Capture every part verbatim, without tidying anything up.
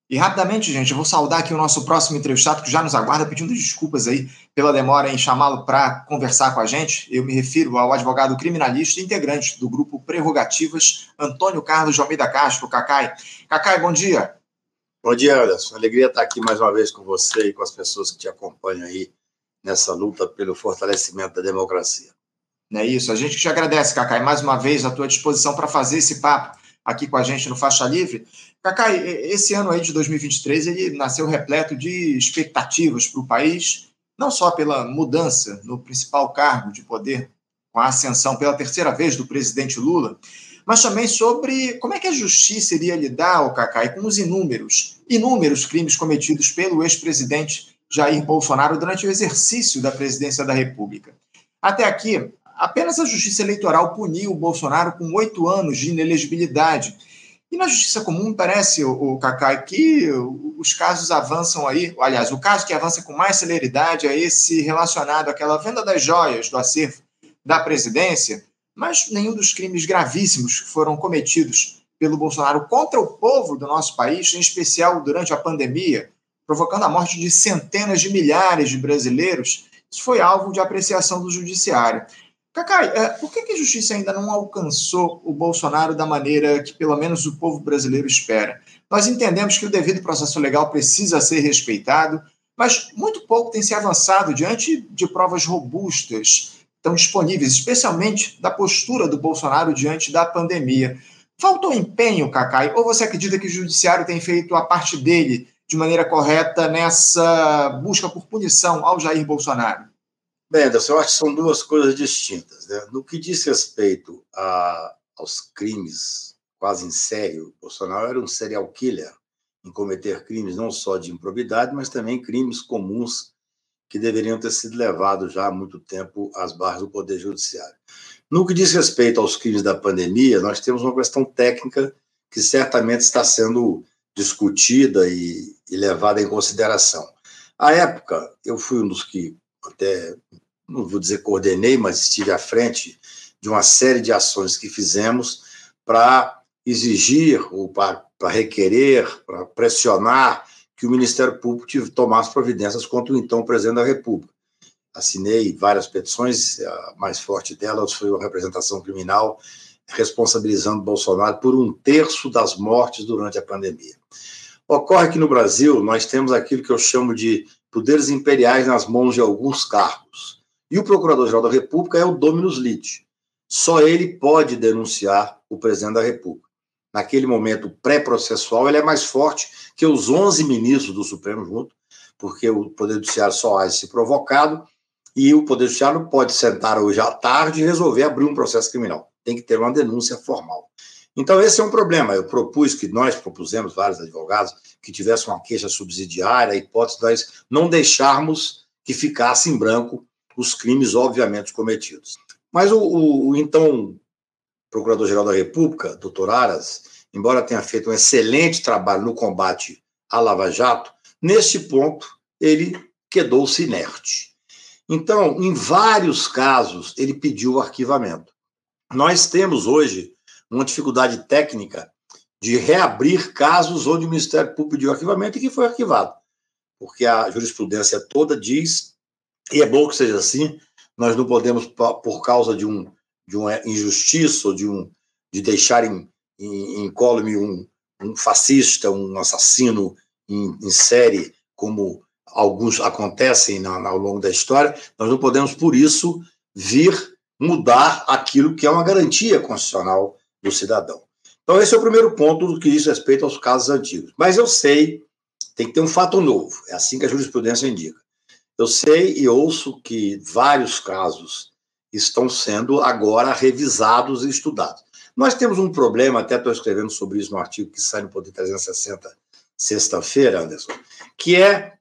E rapidamente, gente, eu vou saudar aqui o nosso próximo entrevistado que já nos aguarda, pedindo desculpas aí pela demora em chamá-lo para conversar com a gente. Eu me refiro ao advogado criminalista e integrante do grupo Prerrogativas, Antônio Carlos de Almeida Castro, Cacai. Cacai, bom dia. Bom dia, Anderson. Alegria estar aqui mais uma vez com você e com as pessoas que te acompanham aí nessa luta pelo fortalecimento da democracia. É isso, a gente te agradece, Cacai, mais uma vez a tua disposição para fazer esse papo aqui com a gente no Faixa Livre. Cacai, esse ano aí de dois mil e vinte e três, ele nasceu repleto de expectativas para o país, não só pela mudança no principal cargo de poder, com a ascensão pela terceira vez do presidente Lula, mas também sobre como é que a justiça iria lidar, o Cacai, com os inúmeros, inúmeros crimes cometidos pelo ex-presidente Jair Bolsonaro durante o exercício da presidência da República. Até aqui, apenas a Justiça Eleitoral puniu o Bolsonaro com oito anos de inelegibilidade. E na Justiça Comum parece, o, o Cacai, que os casos avançam aí, aliás, o caso que avança com mais celeridade é esse relacionado àquela venda das joias do acervo da presidência, mas nenhum dos crimes gravíssimos que foram cometidos pelo Bolsonaro contra o povo do nosso país, em especial durante a pandemia, provocando a morte de centenas de milhares de brasileiros, isso foi alvo de apreciação do judiciário. Cacai, por que a justiça ainda não alcançou o Bolsonaro da maneira que pelo menos o povo brasileiro espera? Nós entendemos que o devido processo legal precisa ser respeitado, mas muito pouco tem se avançado diante de provas robustas, estão disponíveis, especialmente da postura do Bolsonaro diante da pandemia. Faltou empenho, Cacai, ou você acredita que o judiciário tem feito a parte dele de maneira correta nessa busca por punição ao Jair Bolsonaro? Bem, Anderson, eu acho que são duas coisas distintas, né? No que diz respeito a, aos crimes quase em série, o Bolsonaro era um serial killer em cometer crimes não só de improbidade, mas também crimes comuns que deveriam ter sido levados já há muito tempo às barras do Poder Judiciário. No que diz respeito aos crimes da pandemia, nós temos uma questão técnica que certamente está sendo discutida e, e levada em consideração. À época, eu fui um dos que até, não vou dizer coordenei, mas estive à frente de uma série de ações que fizemos para exigir, ou para requerer, para pressionar que o Ministério Público tomasse providências contra o então presidente da República. Assinei várias petições, a mais forte delas foi uma representação criminal responsabilizando Bolsonaro por um terço das mortes durante a pandemia. Ocorre que no Brasil nós temos aquilo que eu chamo de poderes imperiais nas mãos de alguns cargos. E o Procurador-Geral da República é o dominus litis. Só ele pode denunciar o presidente da República. Naquele momento pré-processual, ele é mais forte que os onze ministros do Supremo junto, porque o Poder Judiciário só age se provocado, e o Poder Judiciário não pode sentar hoje à tarde e resolver abrir um processo criminal. Tem que ter uma denúncia formal. Então, esse é um problema. Eu propus, que nós propusemos, vários advogados, que tivesse uma queixa subsidiária, a hipótese de nós não deixarmos que ficasse em branco os crimes, obviamente, cometidos. Mas o, o, o então Procurador-Geral da República, doutor Aras, embora tenha feito um excelente trabalho no combate à Lava Jato, neste ponto ele quedou-se inerte. Então, em vários casos, ele pediu o arquivamento. Nós temos hoje uma dificuldade técnica de reabrir casos onde o Ministério Público pediu arquivamento e que foi arquivado, porque a jurisprudência toda diz, e é bom que seja assim, nós não podemos, por causa de, um, de uma injustiça ou de, um, de deixar em, em, incólume um, um fascista, um assassino em, em série, como alguns acontecem na, na, ao longo da história, nós não podemos, por isso, vir mudar aquilo que é uma garantia constitucional do cidadão. Então, esse é o primeiro ponto do que diz respeito aos casos antigos. Mas eu sei, tem que ter um fato novo, é assim que a jurisprudência indica. Eu sei e ouço que vários casos estão sendo agora revisados e estudados. Nós temos um problema, até estou escrevendo sobre isso no artigo que sai no Poder trezentos e sessenta, sexta-feira, Anderson, que é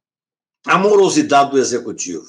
a morosidade do Executivo.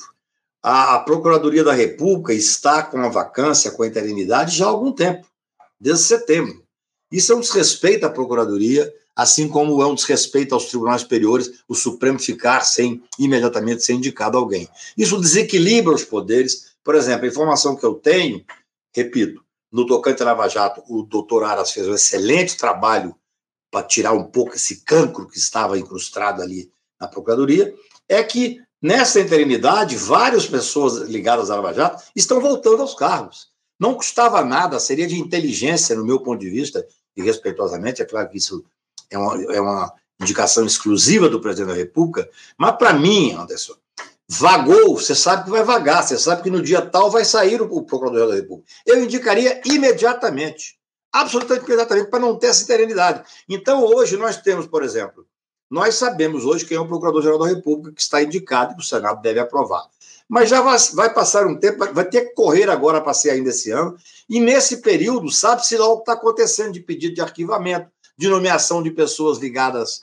A, a Procuradoria da República está com a vacância, com a interinidade já há algum tempo, desde setembro. Isso é um desrespeito à Procuradoria, assim como é um desrespeito aos tribunais superiores, o Supremo ficar sem, imediatamente, ser indicado alguém. Isso desequilibra os poderes. Por exemplo, a informação que eu tenho, repito, no tocante à Lava Jato, o doutor Aras fez um excelente trabalho para tirar um pouco esse cancro que estava incrustado ali na Procuradoria, é que, nessa interinidade, várias pessoas ligadas à Lava Jato estão voltando aos cargos. Não custava nada, seria de inteligência, no meu ponto de vista, e respeitosamente, é claro que isso é uma, é uma indicação exclusiva do presidente da República, mas, para mim, Anderson, vagou, você sabe que vai vagar, você sabe que no dia tal vai sair o Procurador-Geral da República. Eu indicaria imediatamente, absolutamente imediatamente, para não ter essa interinidade. Então, hoje, nós temos, por exemplo, nós sabemos hoje quem é o Procurador-Geral da República que está indicado e que o Senado deve aprovar. Mas já vai, vai passar um tempo, vai ter que correr agora para ser ainda esse ano, e nesse período, sabe-se lá o que está acontecendo de pedido de arquivamento, de nomeação de pessoas ligadas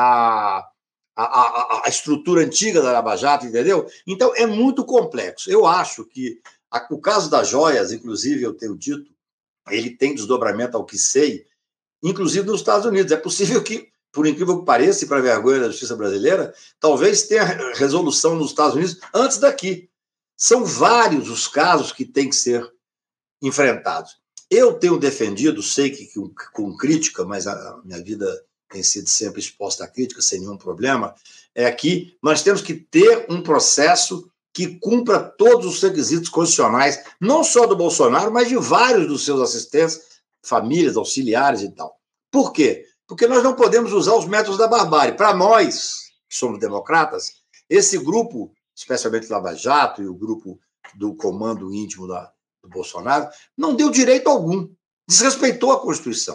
a A, a, a estrutura antiga da Lava Jato, entendeu? Então, é muito complexo. Eu acho que a, o caso das joias, inclusive, eu tenho dito, ele tem desdobramento ao que sei, inclusive nos Estados Unidos. É possível que, por incrível que pareça, e para vergonha da justiça brasileira, talvez tenha resolução nos Estados Unidos antes daqui. São vários os casos que têm que ser enfrentados. Eu tenho defendido, sei que com, com crítica, mas a minha vida tem sido sempre exposta à crítica, sem nenhum problema, é que nós temos que ter um processo que cumpra todos os requisitos constitucionais, não só do Bolsonaro, mas de vários dos seus assistentes, famílias, auxiliares e tal. Por quê? Porque nós não podemos usar os métodos da barbárie. Para nós, que somos democratas, esse grupo, especialmente Lava Jato e o grupo do comando íntimo da, do Bolsonaro, não deu direito algum, desrespeitou a Constituição.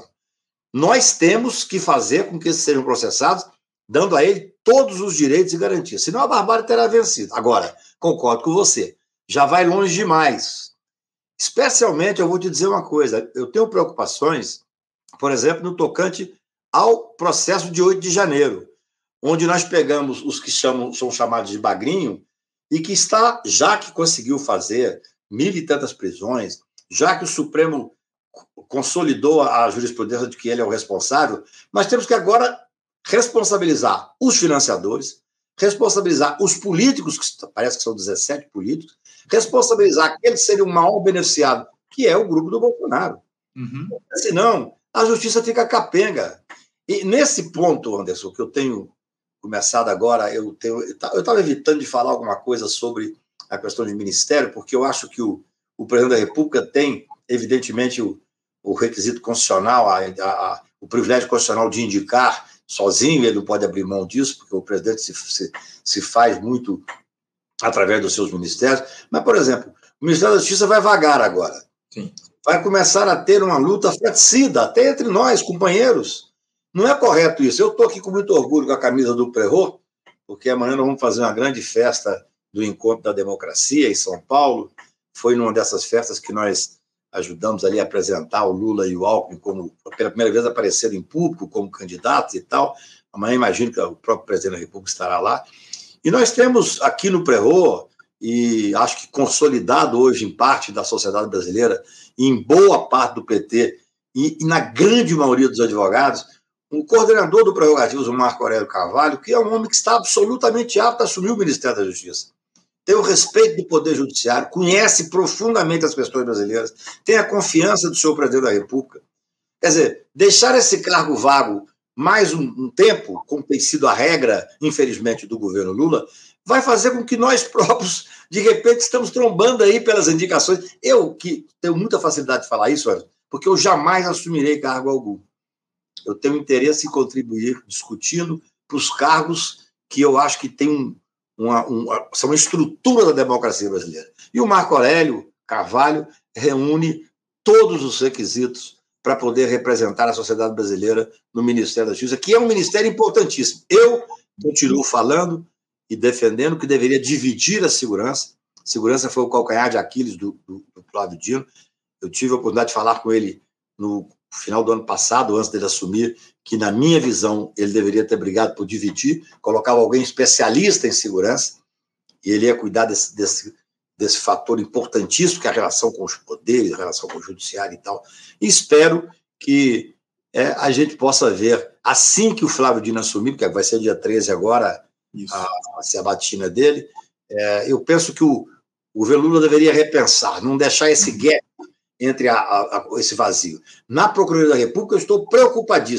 Nós temos que fazer com que eles sejam processados, dando a ele todos os direitos e garantias. Senão a barbárie terá vencido. Agora, concordo com você, já vai longe demais. Especialmente, eu vou te dizer uma coisa, eu tenho preocupações, por exemplo, no tocante ao processo de oito de janeiro, onde nós pegamos os que chamam, são chamados de bagrinho, e que está, já que conseguiu fazer mil e tantas prisões, já que o Supremo consolidou a jurisprudência de que ele é o responsável, nós temos que agora responsabilizar os financiadores, responsabilizar os políticos, que parece que são dezessete políticos, responsabilizar aqueles que seriam o maior beneficiado, que é o grupo do Bolsonaro. Uhum. Senão, a justiça fica capenga. E nesse ponto, Anderson, que eu tenho começado agora, eu tenho, eu estava evitando de falar alguma coisa sobre a questão de ministério, porque eu acho que o, o presidente da República tem, evidentemente, o o requisito constitucional, a, a, a, o privilégio constitucional de indicar sozinho, ele não pode abrir mão disso, porque o presidente se, se, se faz muito através dos seus ministérios. Mas, por exemplo, o Ministério da Justiça vai vagar agora. Sim. Vai começar a ter uma luta fratricida, até entre nós, companheiros. Não é correto isso. Eu estou aqui com muito orgulho com a camisa do Prerro, porque amanhã nós vamos fazer uma grande festa do Encontro da Democracia em São Paulo. Foi numa dessas festas que nós ajudamos ali a apresentar o Lula e o Alckmin como, pela primeira vez, apareceram em público como candidatos e tal. Amanhã imagino que o próprio presidente da República estará lá. E nós temos aqui no Prerro, e acho que consolidado hoje em parte da sociedade brasileira, e em boa parte do P T, e, e na grande maioria dos advogados, o coordenador do Prerrogativos, o Marco Aurélio Carvalho, que é um homem que está absolutamente apto a assumir o Ministério da Justiça. Tem o respeito do Poder Judiciário, conhece profundamente as questões brasileiras, tem a confiança do senhor presidente da República. Quer dizer, deixar esse cargo vago mais um, um tempo, como tem sido a regra, infelizmente, do governo Lula, vai fazer com que nós próprios, de repente, estamos trombando aí pelas indicações. Eu, que tenho muita facilidade de falar isso, porque eu jamais assumirei cargo algum. Eu tenho interesse em contribuir, discutindo para os cargos que eu acho que tem um Uma, uma, são uma estrutura da democracia brasileira. E o Marco Aurélio Carvalho reúne todos os requisitos para poder representar a sociedade brasileira no Ministério da Justiça, que é um ministério importantíssimo. Eu continuo falando e defendendo que deveria dividir a segurança. Segurança foi o calcanhar de Aquiles do, do, do Flávio Dino. Eu tive a oportunidade de falar com ele no final do ano passado, antes dele assumir, que, na minha visão, ele deveria ter brigado por dividir, colocava alguém especialista em segurança, e ele ia cuidar desse, desse, desse fator importantíssimo, que é a relação com os poderes, a relação com o judiciário e tal. E espero que é, a gente possa ver, assim que o Flávio Dino assumir, porque vai ser dia treze agora, a, a ser a batina dele, é, eu penso que o, o governo Lula deveria repensar, não deixar esse gap entre a, a, a, esse vazio. Na Procuradoria da República, eu estou preocupadíssimo,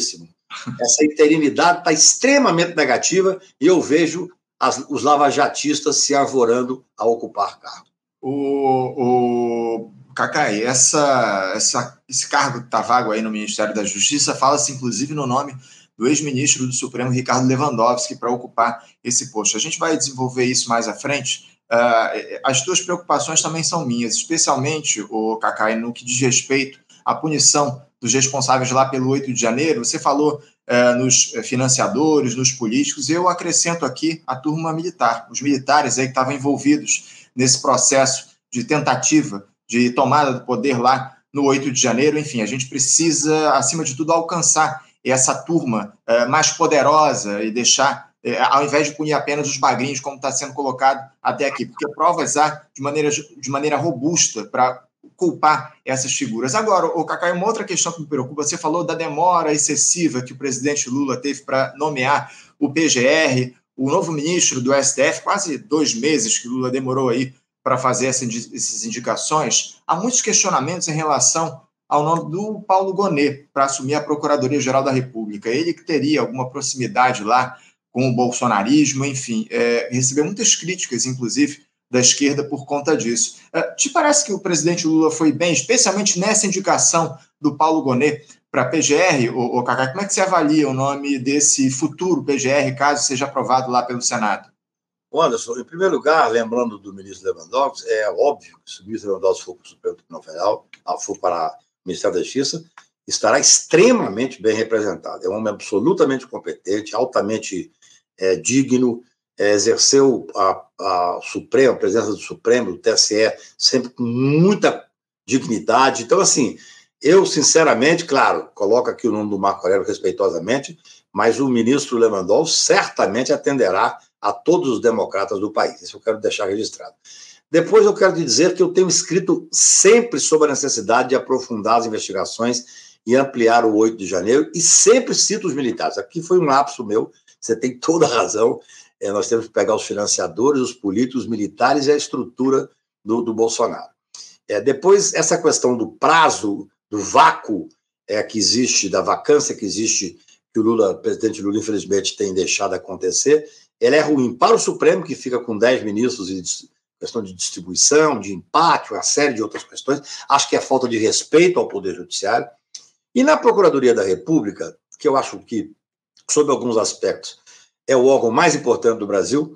Essa interinidade está extremamente negativa e eu vejo as, os lavajatistas se arvorando a ocupar cargo. O, o Cacai, essa, essa, esse cargo que está vago aí no Ministério da Justiça, fala-se inclusive no nome do ex-ministro do Supremo, Ricardo Lewandowski, para ocupar esse posto. A gente vai desenvolver isso mais à frente. Uh, as tuas preocupações também são minhas, especialmente, o Cacai, no que diz respeito à punição dos responsáveis lá pelo oito de janeiro. Você falou uh, nos financiadores, nos políticos, eu acrescento aqui a turma militar, os militares aí que estavam envolvidos nesse processo de tentativa de tomada do poder lá no oito de janeiro. Enfim, a gente precisa, acima de tudo, alcançar essa turma uh, mais poderosa e deixar, uh, ao invés de punir apenas os bagrinhos, como está sendo colocado até aqui, porque provas há de maneira, de maneira robusta para culpar essas figuras. Agora, o Cacai, uma outra questão que me preocupa, você falou da demora excessiva que o presidente Lula teve para nomear o P G R, o novo ministro do S T F, quase dois meses que Lula demorou aí para fazer essas indicações. Há muitos questionamentos em relação ao nome do Paulo Gonet para assumir a Procuradoria-Geral da República. Ele que teria alguma proximidade lá com o bolsonarismo, enfim, é, recebeu muitas críticas, inclusive, da esquerda por conta disso. É, te parece que o presidente Lula foi bem, especialmente nessa indicação do Paulo Gonet para P G R, ô, ô Cacá? Como é que você avalia o nome desse futuro P G R, caso seja aprovado lá pelo Senado? Anderson, em primeiro lugar, lembrando do ministro Lewandowski, é óbvio que se o ministro Lewandowski for para o Supremo Tribunal Federal, for para o Ministério da Justiça, estará extremamente bem representado. É um homem absolutamente competente, altamente é, digno, é, exerceu a, a, Suprema, a presença do Supremo, do T S E, sempre com muita dignidade. Então, assim, eu, sinceramente, claro, coloco aqui o nome do Marco Aurélio respeitosamente, mas o ministro Lewandowski certamente atenderá a todos os democratas do país. Isso eu quero deixar registrado. Depois eu quero te dizer que eu tenho escrito sempre sobre a necessidade de aprofundar as investigações e ampliar o oito de janeiro, e sempre cito os militares. Aqui foi um lapso meu, você tem toda a razão, é, nós temos que pegar os financiadores, os políticos, os militares e a estrutura do, do Bolsonaro. É, depois, essa questão do prazo, do vácuo é, que existe, da vacância que existe, que o Lula, o presidente Lula, infelizmente, tem deixado acontecer, ela é ruim para o Supremo, que fica com dez ministros e questão de distribuição, de empate, uma série de outras questões. Acho que é falta de respeito ao Poder Judiciário. E na Procuradoria da República, que eu acho que, sob alguns aspectos, é o órgão mais importante do Brasil,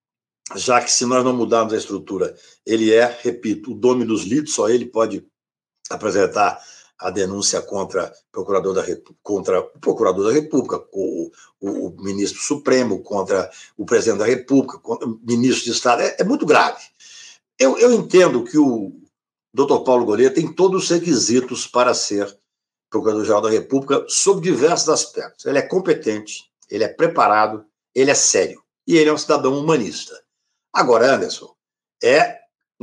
já que se nós não mudarmos a estrutura, ele é, repito, o dono dos litos, só ele pode apresentar a denúncia contra o procurador da República, contra o procurador da República, o, o, o ministro Supremo, contra o presidente da República, contra o ministro de Estado. É, é muito grave. Eu, eu entendo que o doutor Paulo Gonet tem todos os requisitos para ser procurador-geral da República sob diversos aspectos. Ele é competente, ele é preparado, ele é sério e ele é um cidadão humanista. Agora, Anderson, é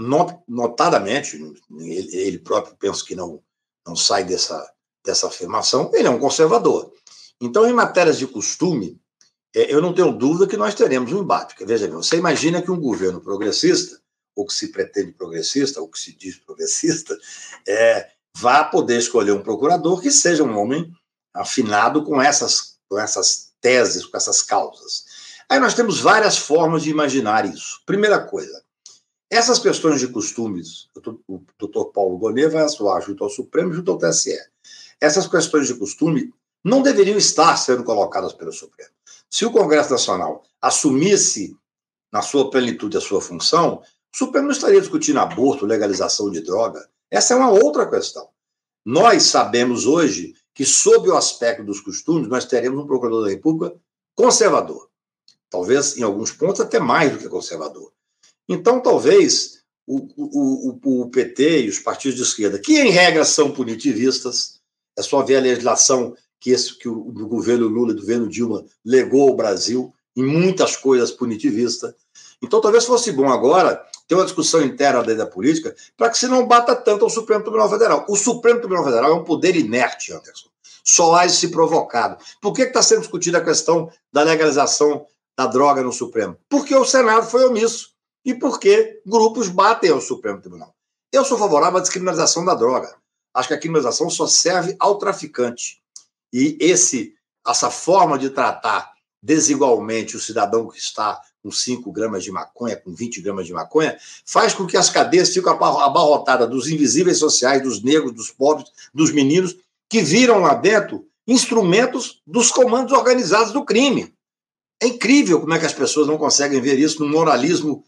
notadamente, ele, ele próprio penso que não não sai dessa, dessa afirmação, ele é um conservador. Então, em matérias de costume, é, eu não tenho dúvida que nós teremos um embate. Porque, veja bem, você imagina que um governo progressista, ou que se pretende progressista, ou que se diz progressista, é, vá poder escolher um procurador que seja um homem afinado com essas, com essas teses, com essas causas. Aí nós temos várias formas de imaginar isso. Primeira coisa, essas questões de costumes, o doutor Paulo Gonet vai atuar junto ao Supremo e junto ao T S E. Essas questões de costume não deveriam estar sendo colocadas pelo Supremo. Se o Congresso Nacional assumisse, na sua plenitude, a sua função, o Supremo não estaria discutindo aborto, legalização de droga. Essa é uma outra questão. Nós sabemos hoje que, sob o aspecto dos costumes, nós teremos um procurador da República conservador. Talvez, em alguns pontos, até mais do que conservador. Então, talvez o, o, o, o P T e os partidos de esquerda, que em regra são punitivistas, é só ver a legislação que, esse, que o, o governo Lula e o governo Dilma legou ao Brasil, em muitas coisas punitivistas. Então, talvez fosse bom agora ter uma discussão interna dentro da política para que se não bata tanto ao Supremo Tribunal Federal. O Supremo Tribunal Federal é um poder inerte, Anderson. Só age se provocado. Por que está sendo discutida a questão da legalização da droga no Supremo? Porque o Senado foi omisso. E porque grupos batem ao Supremo Tribunal. Eu sou favorável à descriminalização da droga. Acho que a criminalização só serve ao traficante. E esse essa forma de tratar desigualmente o cidadão que está com cinco gramas de maconha, com vinte gramas de maconha, faz com que as cadeias fiquem abarrotadas dos invisíveis sociais, dos negros, dos pobres, dos meninos, que viram lá dentro instrumentos dos comandos organizados do crime. É incrível como é que as pessoas não conseguem ver isso num moralismo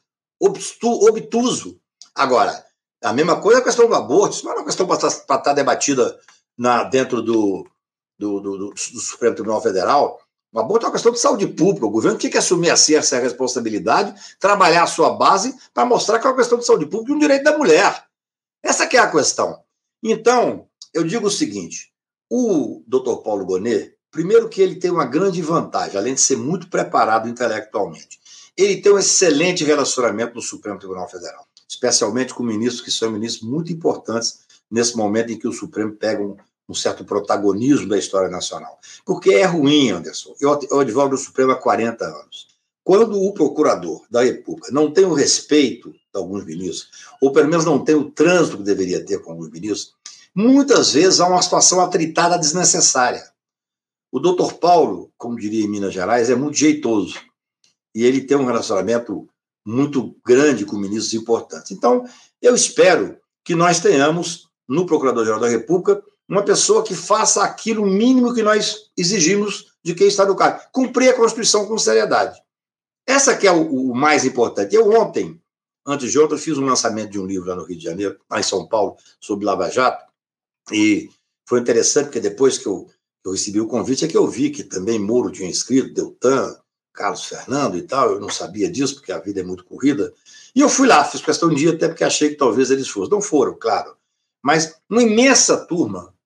obtuso. Agora, a mesma coisa é a questão do aborto. Isso não é uma questão para estar, estar debatida na, dentro do, do, do, do, do Supremo Tribunal Federal. O aborto é uma questão de saúde pública. O governo tinha que assumir assim essa responsabilidade, trabalhar a sua base para mostrar que é uma questão de saúde pública e um direito da mulher. Essa que é a questão. Então, eu digo o seguinte, o doutor Paulo Gonet, primeiro que ele tem uma grande vantagem, além de ser muito preparado intelectualmente. Ele tem um excelente relacionamento no Supremo Tribunal Federal, especialmente com ministros que são ministros muito importantes nesse momento em que o Supremo pega um um certo protagonismo da história nacional. Porque é ruim, Anderson. Eu, eu advogo no Supremo há quarenta anos. Quando o procurador da República não tem o respeito de alguns ministros, ou pelo menos não tem o trânsito que deveria ter com alguns ministros, muitas vezes há uma situação atritada desnecessária. O doutor Paulo, como diria em Minas Gerais, é muito jeitoso. E ele tem um relacionamento muito grande com ministros importantes. Então, eu espero que nós tenhamos, no Procurador-Geral da República, uma pessoa que faça aquilo mínimo que nós exigimos de quem está no cargo, cumprir a Constituição com seriedade. Essa que é o, o mais importante. Eu ontem, antes de ontem, eu fiz um lançamento de um livro lá no Rio de Janeiro, lá em São Paulo, sobre Lava Jato, e foi interessante, porque depois que eu, eu recebi o convite, é que eu vi que também Moro tinha escrito, Deltan, Carlos Fernando e tal, eu não sabia disso, porque a vida é muito corrida, e eu fui lá, fiz questão de dia, até porque achei que talvez eles fossem. Não foram, claro, mas uma imensa turma,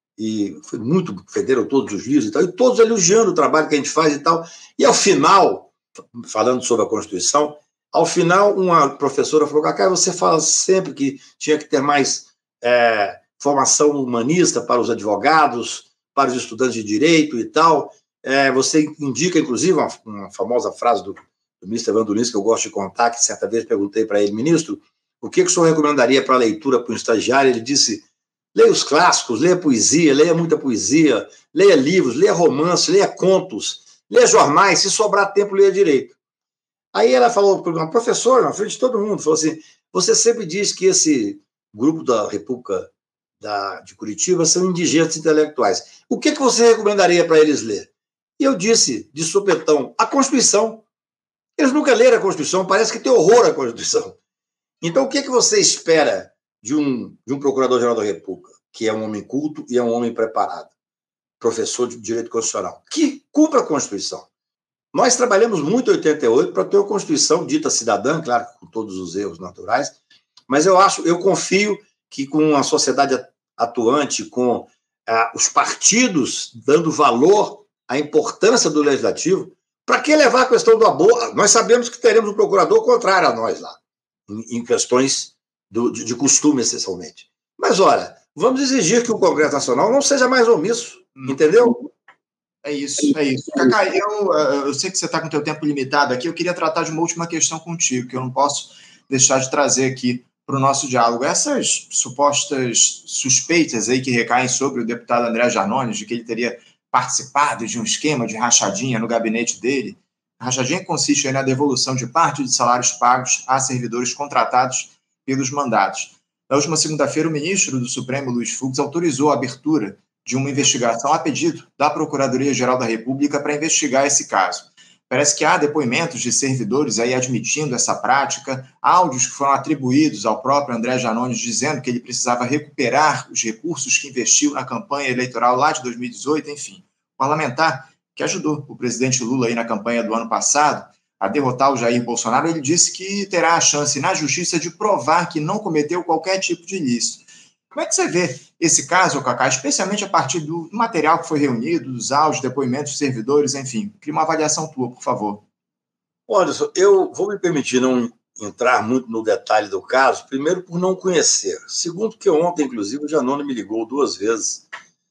e foi muito, venderam todos os livros e tal, e todos elogiando o trabalho que a gente faz e tal. E ao final, falando sobre a Constituição, ao final uma professora falou, Cacá, você fala sempre que tinha que ter mais é, formação humanista para os advogados, para os estudantes de direito e tal. É, você indica, inclusive, uma, uma famosa frase do, do ministro Evandro Lins, que eu gosto de contar, que certa vez perguntei para ele, ministro, o que, que o senhor recomendaria para a leitura para um estagiário? Ele disse, leia os clássicos, leia poesia, leia muita poesia, leia livros, leia romances, leia contos, leia jornais, se sobrar tempo, leia direito. Aí ela falou para uma professora, na frente de todo mundo, falou assim, você sempre diz que esse grupo da República da, de Curitiba são indigentes intelectuais. O que, que você recomendaria para eles ler? E eu disse, de supetão, a Constituição. Eles nunca leram a Constituição, parece que tem horror à Constituição. Então, o que, que você espera de um, de um Procurador-Geral da República, que é um homem culto e é um homem preparado, professor de Direito Constitucional, que cumpra a Constituição? Nós trabalhamos muito em oitenta e oito para ter uma Constituição dita cidadã, claro, com todos os erros naturais, mas eu acho, eu confio que com a sociedade atuante, com ah, os partidos dando valor à importância do legislativo, para que levar a questão do aborto? Nós sabemos que teremos um procurador contrário a nós lá, em, em questões do, de, de costume, essencialmente. Mas, olha, vamos exigir que o Congresso Nacional não seja mais omisso, hum. entendeu? É isso, é isso. Cacá, eu, eu sei que você está com o teu tempo limitado aqui, eu queria tratar de uma última questão contigo, que eu não posso deixar de trazer aqui para o nosso diálogo. Essas supostas suspeitas aí que recaem sobre o deputado André Janones, de que ele teria participado de um esquema de rachadinha no gabinete dele. A rachadinha consiste aí na devolução de parte de salários pagos a servidores contratados pelos mandatos. Na última segunda-feira, o ministro do Supremo, Luiz Fux, autorizou a abertura de uma investigação a pedido da Procuradoria-Geral da República para investigar esse caso. Parece que há depoimentos de servidores aí admitindo essa prática, áudios que foram atribuídos ao próprio André Janones dizendo que ele precisava recuperar os recursos que investiu na campanha eleitoral lá de dois mil e dezoito, enfim. O parlamentar que ajudou o presidente Lula aí na campanha do ano passado a derrotar o Jair Bolsonaro, ele disse que terá a chance na justiça de provar que não cometeu qualquer tipo de ilícito. Como é que você vê esse caso, Cacá, especialmente a partir do material que foi reunido, dos áudios, depoimentos de servidores, enfim? Queria uma avaliação tua, por favor. Anderson, eu vou me permitir não entrar muito no detalhe do caso, primeiro por não conhecer, segundo porque ontem, inclusive, o Janones me ligou duas vezes.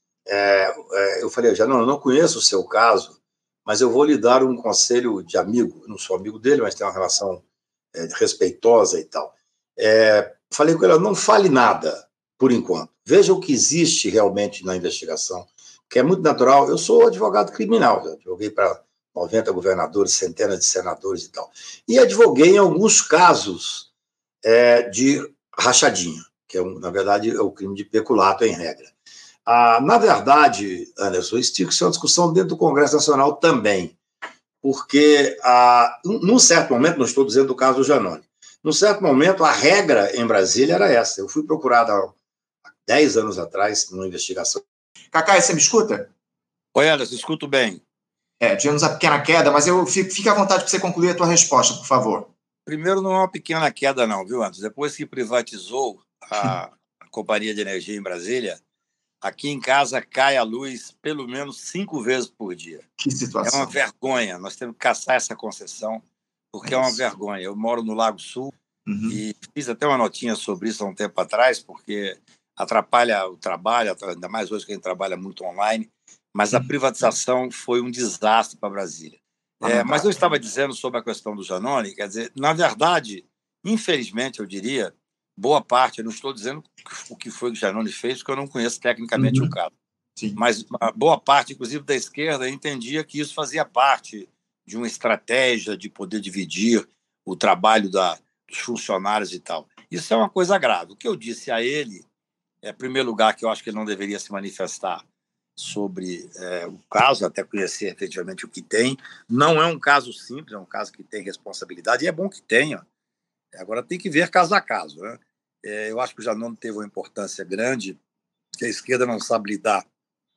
É, é, eu falei, Janones, eu não conheço o seu caso, mas eu vou lhe dar um conselho de amigo. Eu não sou amigo dele, mas tem uma relação é, respeitosa e tal. É, falei com ele, não fale nada, por enquanto. Veja o que existe realmente na investigação, que é muito natural. Eu sou advogado criminal, já advoguei para noventa governadores, centenas de senadores e tal. E advoguei em alguns casos é, de rachadinha, que, é, na verdade, é o crime de peculato, em regra. Ah, na verdade, Anderson, isso tinha que ser uma discussão dentro do Congresso Nacional também, porque, ah, num certo momento, não estou dizendo do caso do Janone, num certo momento, a regra em Brasília era essa. Eu fui procurado há dez anos atrás, numa investigação. Cacai, você me escuta? Oi, Anderson, escuto bem. É, tivemos a pequena queda, mas eu fico, fique à vontade para você concluir a tua resposta, por favor. Primeiro, não é uma pequena queda, não, viu, Anderson? Depois que privatizou a, a Companhia de Energia em Brasília, aqui em casa cai a luz pelo menos cinco vezes por dia. Que situação. É uma vergonha. Nós temos que caçar essa concessão, porque é, é uma vergonha. Eu moro no Lago Sul uhum. e fiz até uma notinha sobre isso há um tempo atrás, porque atrapalha o trabalho, ainda mais hoje que a gente trabalha muito online, mas a privatização foi um desastre para Brasília. É, mas eu estava dizendo sobre a questão do Janone, quer dizer, na verdade, infelizmente, eu diria, boa parte, eu não estou dizendo o que foi que o Janone fez, porque eu não conheço tecnicamente uhum. o caso, Sim. mas a boa parte, inclusive da esquerda, entendia que isso fazia parte de uma estratégia de poder dividir o trabalho da, dos funcionários e tal. Isso é uma coisa grave. O que eu disse a ele, é, em primeiro lugar, que eu acho que ele não deveria se manifestar sobre é, o caso, até conhecer efetivamente o que tem. Não é um caso simples, é um caso que tem responsabilidade, e é bom que tenha. Agora tem que ver caso a caso, né? É, eu acho que o Janone teve uma importância grande, que a esquerda não sabe lidar,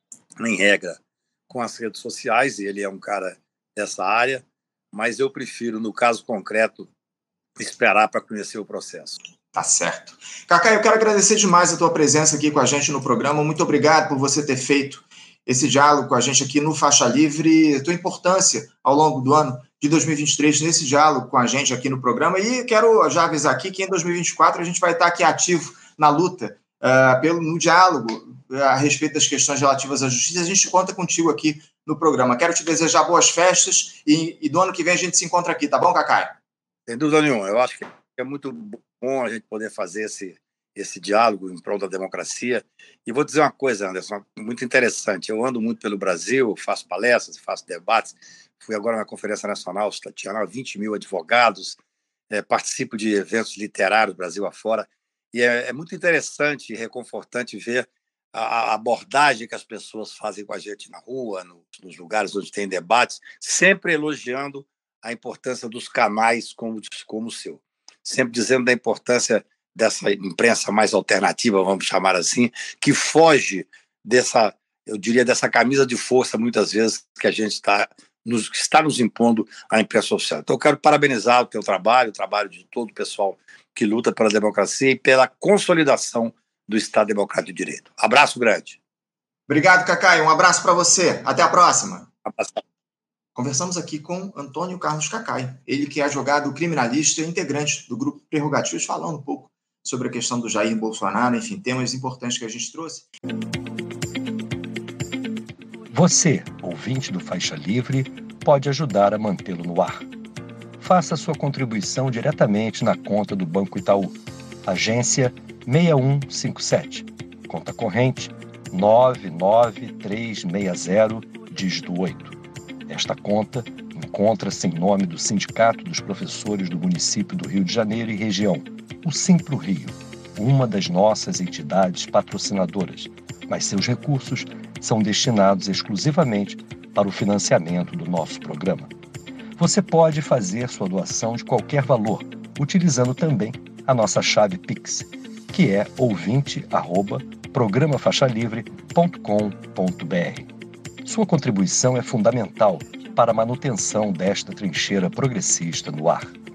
em regra, com as redes sociais, e ele é um cara dessa área, mas eu prefiro, no caso concreto, esperar para conhecer o processo. Tá certo. Cacai, eu quero agradecer demais a tua presença aqui com a gente no programa. Muito obrigado por você ter feito esse diálogo com a gente aqui no Faixa Livre, a tua importância ao longo do ano de dois mil e vinte e três nesse diálogo com a gente aqui no programa. E quero já avisar aqui que em dois mil e vinte e quatro a gente vai estar aqui ativo na luta, uh, pelo, no diálogo uh, a respeito das questões relativas à justiça. A gente conta contigo aqui no programa. Quero te desejar boas festas e, e do ano que vem a gente se encontra aqui, tá bom, Cacai? Sem dúvida nenhuma. Eu acho que é muito bom a gente poder fazer esse, esse diálogo em prol da democracia. E vou dizer uma coisa, Anderson, muito interessante. Eu ando muito pelo Brasil, faço palestras, faço debates. Fui agora na Conferência Nacional, tinha lá vinte mil advogados, é, participo de eventos literários Brasil afora. E é, é muito interessante e reconfortante ver a, a abordagem que as pessoas fazem com a gente na rua, no, nos lugares onde tem debates, sempre elogiando a importância dos canais como, como o seu. Sempre dizendo da importância dessa imprensa mais alternativa, vamos chamar assim, que foge dessa, eu diria, dessa camisa de força, muitas vezes, que a gente está nos, está nos impondo à imprensa social. Então, eu quero parabenizar o teu trabalho, o trabalho de todo o pessoal que luta pela democracia e pela consolidação do Estado Democrático de Direito. Abraço grande. Obrigado, Cacai. Um abraço para você. Até a próxima. Abraço. Conversamos aqui com Antônio Carlos Cacai, ele que é advogado criminalista e integrante do Grupo Prerrogativas, falando um pouco sobre a questão do Jair Bolsonaro, enfim, temas importantes que a gente trouxe. Você, ouvinte do Faixa Livre, pode ajudar a mantê-lo no ar. Faça sua contribuição diretamente na conta do Banco Itaú, agência seis um cinco sete, conta corrente nove nove três seis zero, dígito oito. Esta conta encontra-se em nome do Sindicato dos Professores do Município do Rio de Janeiro e região, o Simpro Rio, uma das nossas entidades patrocinadoras, mas seus recursos são destinados exclusivamente para o financiamento do nosso programa. Você pode fazer sua doação de qualquer valor, utilizando também a nossa chave Pix, que é ouvinte arroba programa faixa livre ponto com ponto br. Sua contribuição é fundamental para a manutenção desta trincheira progressista no ar.